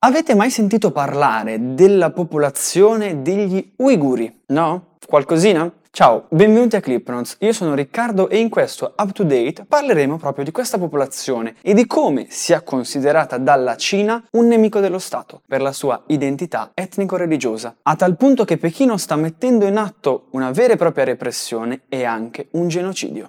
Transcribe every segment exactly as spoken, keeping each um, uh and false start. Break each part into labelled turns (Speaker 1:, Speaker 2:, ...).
Speaker 1: Avete mai sentito parlare della popolazione degli Uiguri? No? Qualcosina? Ciao, benvenuti a ClipNotes, io sono Riccardo e in questo Up to Date parleremo proprio di questa popolazione e di come sia considerata dalla Cina un nemico dello Stato per la sua identità etnico-religiosa, a tal punto che Pechino sta mettendo in atto una vera e propria repressione e anche un genocidio.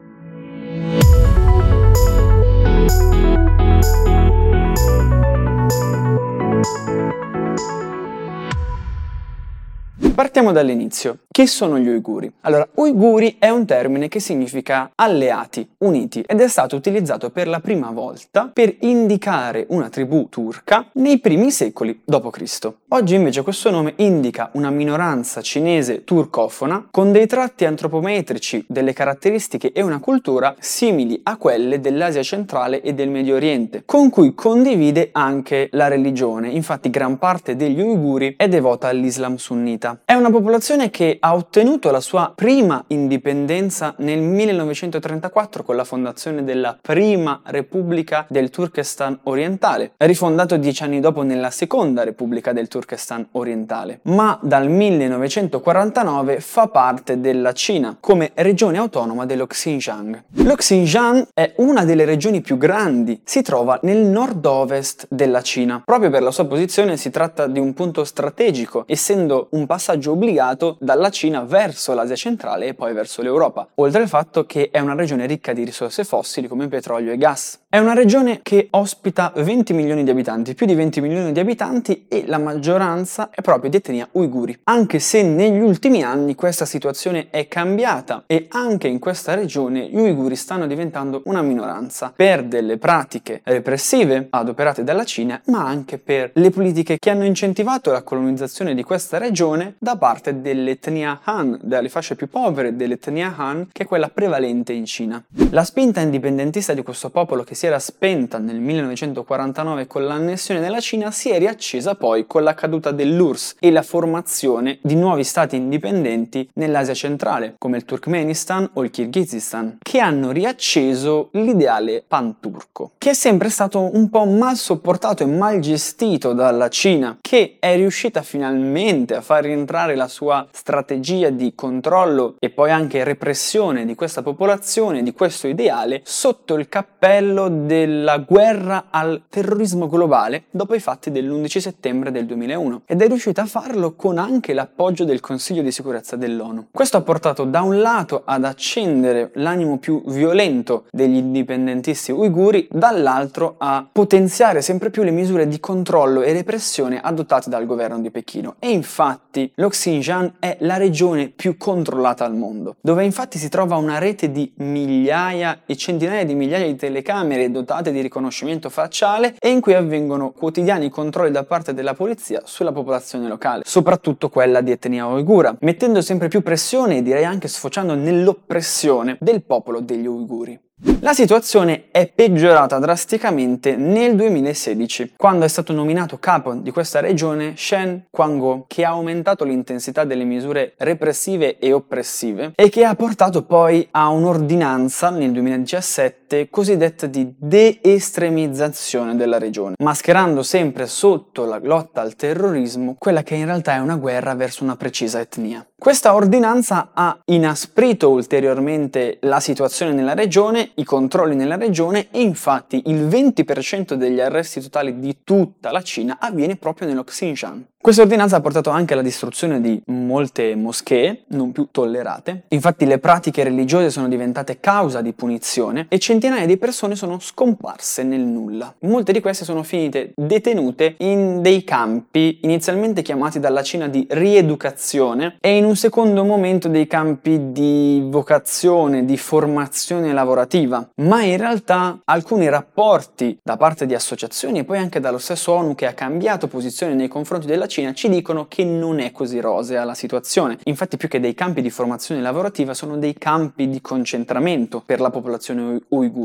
Speaker 1: Partiamo dall'inizio. Chi sono gli Uiguri? Allora, Uiguri è un termine che significa alleati, uniti, ed è stato utilizzato per la prima volta per indicare una tribù turca nei primi secoli dopo Cristo. Oggi invece questo nome indica una minoranza cinese turcofona con dei tratti antropometrici, delle caratteristiche e una cultura simili a quelle dell'Asia centrale e del Medio Oriente, con cui condivide anche la religione. Infatti gran parte degli Uiguri è devota all'Islam sunnita. È una popolazione che ha ottenuto la sua prima indipendenza nel millenovecentotrentaquattro con la fondazione della prima Repubblica del Turkestan orientale, rifondato dieci anni dopo nella seconda Repubblica del Turkestan orientale, ma dal millenovecentoquarantanove fa parte della Cina come regione autonoma dello Xinjiang. Lo Xinjiang è una delle regioni più grandi, si trova nel nord-ovest della Cina. Proprio per la sua posizione si tratta di un punto strategico, essendo un passaggio obbligato dalla Cina verso l'Asia centrale e poi verso l'Europa, oltre al fatto che è una regione ricca di risorse fossili come petrolio e gas. È una regione che ospita venti milioni di abitanti, più di venti milioni di abitanti, e la maggioranza è proprio di etnia uiguri, anche se negli ultimi anni questa situazione è cambiata e anche in questa regione gli uiguri stanno diventando una minoranza per delle pratiche repressive adoperate dalla Cina, ma anche per le politiche che hanno incentivato la colonizzazione di questa regione da parte dell'etnia Han, dalle fasce più povere dell'etnia Han, che è quella prevalente in Cina. La spinta indipendentista di questo popolo, che si era spenta nel millenovecentoquarantanove con l'annessione della Cina, si è riaccesa poi con la caduta dell'U R S S e la formazione di nuovi stati indipendenti nell'Asia centrale, come il Turkmenistan o il Kirghizistan, che hanno riacceso l'ideale panturco, che è sempre stato un po' mal sopportato e mal gestito dalla Cina, che è riuscita finalmente a far rientrare la sua strategia di controllo e poi anche repressione di questa popolazione, di questo ideale, sotto il cappello della guerra al terrorismo globale dopo i fatti dell'undici settembre del duemilauno, ed è riuscita a farlo con anche l'appoggio del Consiglio di sicurezza dell'ONU. Questo ha portato da un lato ad accendere l'animo più violento degli indipendentisti uiguri, dall'altro a potenziare sempre più le misure di controllo e repressione adottate dal governo di Pechino. E infatti lo Xinjiang è la regione più controllata al mondo, dove infatti si trova una rete di migliaia e centinaia di migliaia di telecamere dotate di riconoscimento facciale e in cui avvengono quotidiani controlli da parte della polizia sulla popolazione locale, soprattutto quella di etnia uigura, mettendo sempre più pressione e direi anche sfociando nell'oppressione del popolo degli uiguri. La situazione è peggiorata drasticamente nel duemilasedici, quando è stato nominato capo di questa regione Shen Quanguo, che ha aumentato l'intensità delle misure repressive e oppressive e che ha portato poi a un'ordinanza nel duemiladiciassette cosiddetta di de-estremizzazione della regione, mascherando sempre sotto la lotta al terrorismo quella che in realtà è una guerra verso una precisa etnia. Questa ordinanza ha inasprito ulteriormente la situazione nella regione, i controlli nella regione, e infatti il venti per cento degli arresti totali di tutta la Cina avviene proprio nello Xinjiang. Questa ordinanza ha portato anche alla distruzione di molte moschee non più tollerate. Infatti le pratiche religiose sono diventate causa di punizione e centinaia di persone sono scomparse nel nulla. Molte di queste sono finite detenute in dei campi inizialmente chiamati dalla Cina di rieducazione e in un secondo momento dei campi di vocazione, di formazione lavorativa. Ma in realtà alcuni rapporti da parte di associazioni e poi anche dallo stesso ONU, che ha cambiato posizione nei confronti della Cina, ci dicono che non è così rosea la situazione. Infatti più che dei campi di formazione lavorativa sono dei campi di concentramento per la popolazione uigura.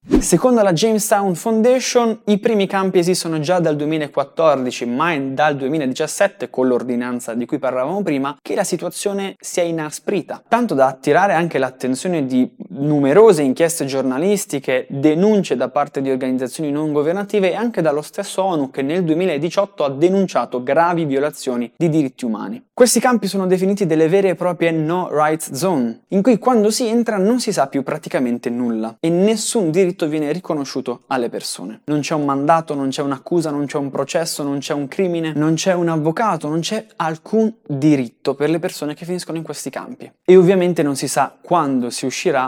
Speaker 1: Secondo la Jamestown Foundation, i primi campi esistono già dal duemilaquattordici, ma è dal duemiladiciassette, con l'ordinanza di cui parlavamo prima, che la situazione si è inasprita, tanto da attirare anche l'attenzione di numerose inchieste giornalistiche, denunce da parte di organizzazioni non governative e anche dallo stesso ONU, che nel duemiladiciotto ha denunciato gravi violazioni di diritti umani. Questi campi sono definiti delle vere e proprie no rights zone, in cui quando si entra non si sa più praticamente nulla e nessun diritto viene riconosciuto alle persone. Non c'è un mandato, non c'è un'accusa, non c'è un processo, non c'è un crimine, non c'è un avvocato, non c'è alcun diritto per le persone che finiscono in questi campi. E ovviamente non si sa quando si uscirà,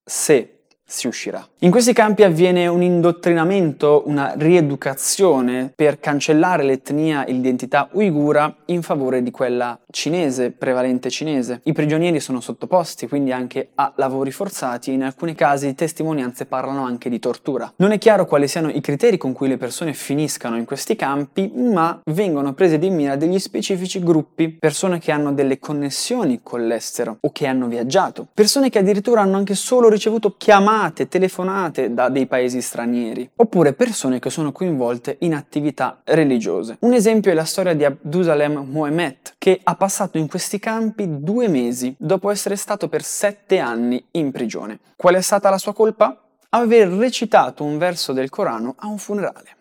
Speaker 1: se si uscirà. In questi campi avviene un indottrinamento, una rieducazione per cancellare l'etnia e l'identità uigura in favore di quella cinese, prevalente cinese. I prigionieri sono sottoposti quindi anche a lavori forzati e in alcuni casi testimonianze parlano anche di tortura. Non è chiaro quali siano i criteri con cui le persone finiscano in questi campi, ma vengono prese di mira degli specifici gruppi, persone che hanno delle connessioni con l'estero o che hanno viaggiato, persone che addirittura hanno anche solo ricevuto chiamate, telefonate da dei paesi stranieri, oppure persone che sono coinvolte in attività religiose. Un esempio è la storia di Abdusalem Mohamed, che ha passato in questi campi due mesi dopo essere stato per sette anni in prigione. Qual è stata la sua colpa? Aver recitato un verso del Corano a un funerale.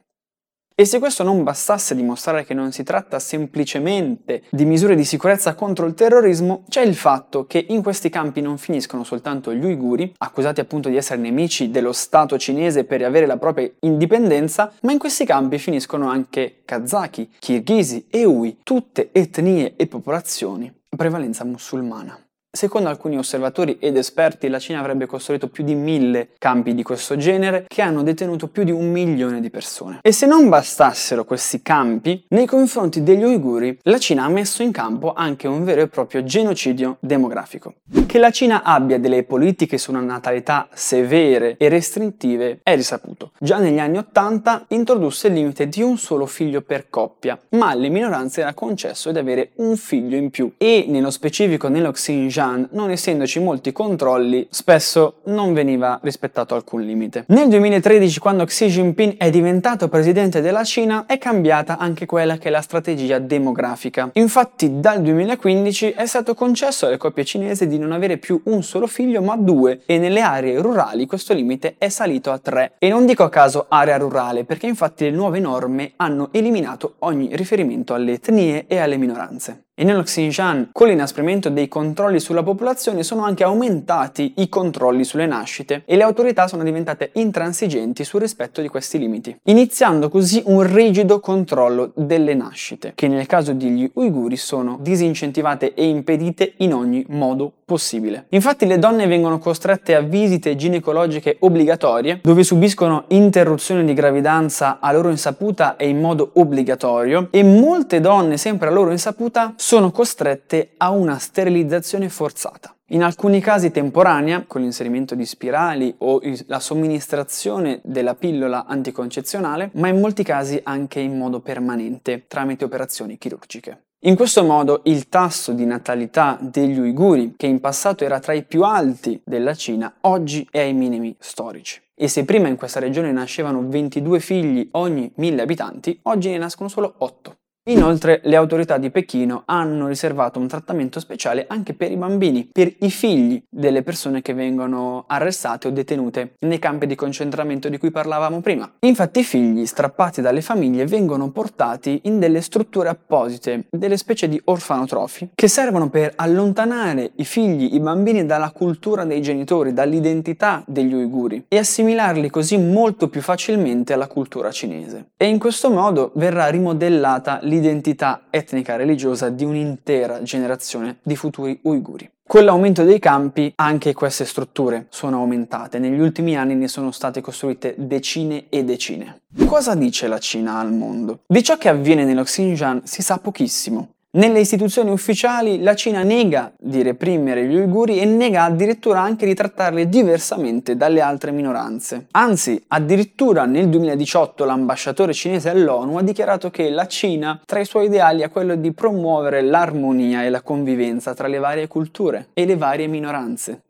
Speaker 1: E se questo non bastasse a dimostrare che non si tratta semplicemente di misure di sicurezza contro il terrorismo, c'è il fatto che in questi campi non finiscono soltanto gli uiguri, accusati appunto di essere nemici dello Stato cinese per avere la propria indipendenza, ma in questi campi finiscono anche kazaki, kirghisi e ui, tutte etnie e popolazioni a prevalenza musulmana. Secondo alcuni osservatori ed esperti, la Cina avrebbe costruito più di mille campi di questo genere che hanno detenuto più di un milione di persone. E se non bastassero questi campi, nei confronti degli uiguri, la Cina ha messo in campo anche un vero e proprio genocidio demografico. Che la Cina abbia delle politiche sulla natalità severe e restrittive è risaputo. Già negli anni ottanta introdusse il limite di un solo figlio per coppia, ma alle minoranze era concesso di avere un figlio in più e, nello specifico nello Xinjiang, non essendoci molti controlli, spesso non veniva rispettato alcun limite. Nel duemilatredici, quando Xi Jinping è diventato presidente della Cina, è cambiata anche quella che è la strategia demografica. Infatti, dal duemilaquindici è stato concesso alle coppie cinesi di non avere più un solo figlio, ma due, e nelle aree rurali questo limite è salito a tre. E non dico a caso area rurale, perché infatti le nuove norme hanno eliminato ogni riferimento alle etnie e alle minoranze. E nello Xinjiang, con l'inasprimento dei controlli sulla popolazione, sono anche aumentati i controlli sulle nascite e le autorità sono diventate intransigenti sul rispetto di questi limiti, iniziando così un rigido controllo delle nascite, che nel caso degli uiguri sono disincentivate e impedite in ogni modo possibile. Infatti le donne vengono costrette a visite ginecologiche obbligatorie, dove subiscono interruzioni di gravidanza a loro insaputa e in modo obbligatorio, e molte donne, sempre a loro insaputa, sono costrette a una sterilizzazione forzata. In alcuni casi temporanea, con l'inserimento di spirali o la somministrazione della pillola anticoncezionale, ma in molti casi anche in modo permanente, tramite operazioni chirurgiche. In questo modo il tasso di natalità degli uiguri, che in passato era tra i più alti della Cina, oggi è ai minimi storici. E se prima in questa regione nascevano ventidue figli ogni mille abitanti, oggi ne nascono solo otto. Inoltre, le autorità di Pechino hanno riservato un trattamento speciale anche per i bambini, per i figli delle persone che vengono arrestate o detenute nei campi di concentramento di cui parlavamo prima. Infatti i figli strappati dalle famiglie vengono portati in delle strutture apposite, delle specie di orfanotrofi, che servono per allontanare i figli, i bambini dalla cultura dei genitori, dall'identità degli uiguri e assimilarli così molto più facilmente alla cultura cinese. E in questo modo verrà rimodellata l'identità l'identità etnica religiosa di un'intera generazione di futuri uiguri. Con l'aumento dei campi anche queste strutture sono aumentate, negli ultimi anni ne sono state costruite decine e decine. Cosa dice la Cina al mondo? Di ciò che avviene nello Xinjiang si sa pochissimo. Nelle istituzioni ufficiali la Cina nega di reprimere gli uiguri e nega addirittura anche di trattarli diversamente dalle altre minoranze. Anzi, addirittura nel duemiladiciotto l'ambasciatore cinese all'ONU ha dichiarato che la Cina tra i suoi ideali ha quello di promuovere l'armonia e la convivenza tra le varie culture e le varie minoranze.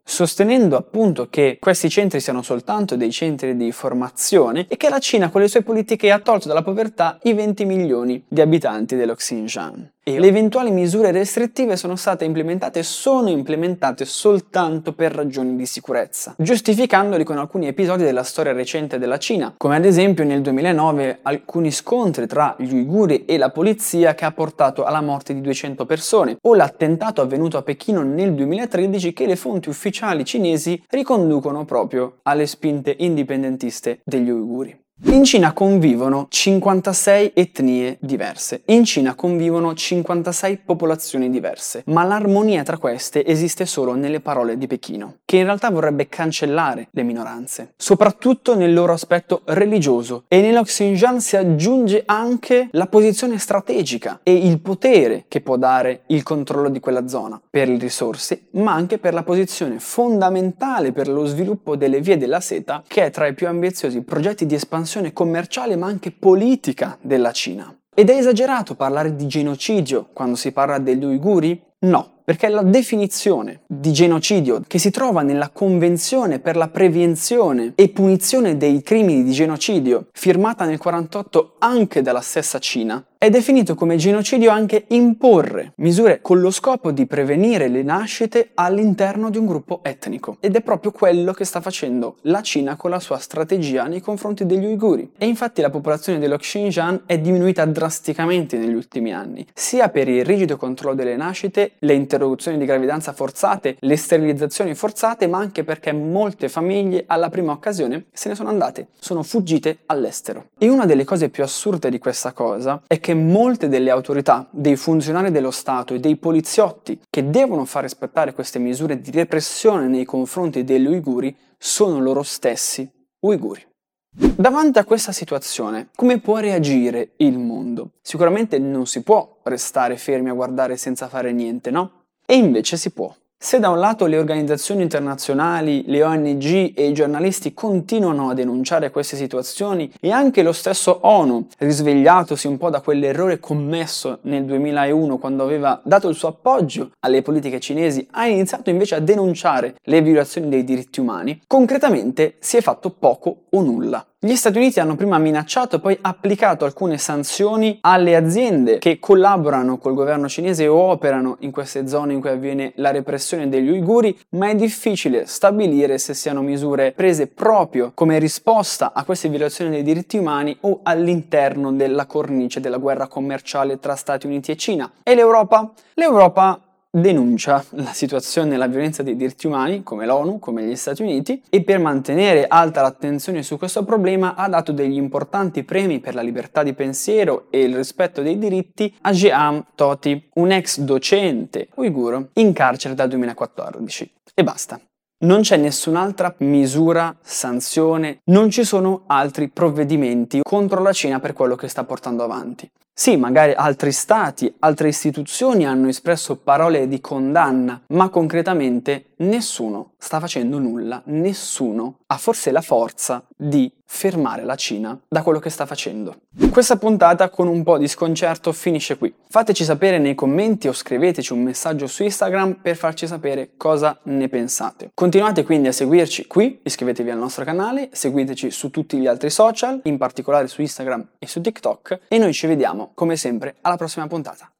Speaker 1: sostenendo appunto che questi centri siano soltanto dei centri di formazione e che la Cina con le sue politiche ha tolto dalla povertà i venti milioni di abitanti dello Xinjiang. E le eventuali misure restrittive sono state implementate e sono implementate soltanto per ragioni di sicurezza, giustificandoli con alcuni episodi della storia recente della Cina, come ad esempio nel duemilanove alcuni scontri tra gli uiguri e la polizia che ha portato alla morte di duecento persone, o l'attentato avvenuto a Pechino nel duemilatredici che le fonti ufficiali cinesi riconducono proprio alle spinte indipendentiste degli uiguri. In Cina convivono cinquantasei etnie diverse, in Cina convivono cinquantasei popolazioni diverse, ma l'armonia tra queste esiste solo nelle parole di Pechino, che in realtà vorrebbe cancellare le minoranze, soprattutto nel loro aspetto religioso, e nello Xinjiang si aggiunge anche la posizione strategica e il potere che può dare il controllo di quella zona, per le risorse, ma anche per la posizione fondamentale per lo sviluppo delle vie della seta, che è tra i più ambiziosi progetti di espansione commerciale ma anche politica della Cina. Ed è esagerato parlare di genocidio quando si parla degli uiguri? No, perché la definizione di genocidio che si trova nella Convenzione per la prevenzione e punizione dei crimini di genocidio, firmata nel quarantotto anche dalla stessa Cina, è definito come genocidio anche imporre misure con lo scopo di prevenire le nascite all'interno di un gruppo etnico. Ed è proprio quello che sta facendo la Cina con la sua strategia nei confronti degli uiguri. E infatti la popolazione dello Xinjiang è diminuita drasticamente negli ultimi anni, sia per il rigido controllo delle nascite, le interruzioni di gravidanza forzate, le sterilizzazioni forzate, ma anche perché molte famiglie alla prima occasione se ne sono andate, sono fuggite all'estero. E una delle cose più assurde di questa cosa è che molte delle autorità, dei funzionari dello Stato e dei poliziotti che devono far rispettare queste misure di repressione nei confronti degli uiguri sono loro stessi uiguri. Davanti a questa situazione, come può reagire il mondo? Sicuramente non si può restare fermi a guardare senza fare niente, no? E invece si può. Se da un lato le organizzazioni internazionali, le O N G e i giornalisti continuano a denunciare queste situazioni e anche lo stesso ONU, risvegliatosi un po' da quell'errore commesso nel duemilauno quando aveva dato il suo appoggio alle politiche cinesi, ha iniziato invece a denunciare le violazioni dei diritti umani, concretamente si è fatto poco o nulla. Gli Stati Uniti hanno prima minacciato e poi applicato alcune sanzioni alle aziende che collaborano col governo cinese o operano in queste zone in cui avviene la repressione degli uiguri, ma è difficile stabilire se siano misure prese proprio come risposta a queste violazioni dei diritti umani o all'interno della cornice della guerra commerciale tra Stati Uniti e Cina. E l'Europa? L'Europa denuncia la situazione e la violenza dei diritti umani, come l'ONU, come gli Stati Uniti, e per mantenere alta l'attenzione su questo problema ha dato degli importanti premi per la libertà di pensiero e il rispetto dei diritti a Jean Tohti, un ex docente uiguro in carcere dal duemilaquattordici. E basta. Non c'è nessun'altra misura, sanzione, non ci sono altri provvedimenti contro la Cina per quello che sta portando avanti. Sì, magari altri stati, altre istituzioni hanno espresso parole di condanna, ma concretamente nessuno sta facendo nulla, nessuno ha forse la forza di fermare la Cina da quello che sta facendo. Questa puntata con un po' di sconcerto finisce qui. Fateci sapere nei commenti o scriveteci un messaggio su Instagram per farci sapere cosa ne pensate. Continuate quindi a seguirci qui, iscrivetevi al nostro canale, seguiteci su tutti gli altri social, in particolare su Instagram e su TikTok, e noi ci vediamo come sempre alla prossima puntata.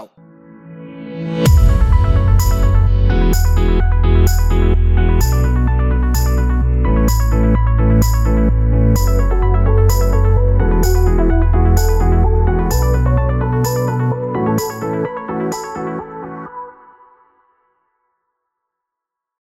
Speaker 1: Ciao!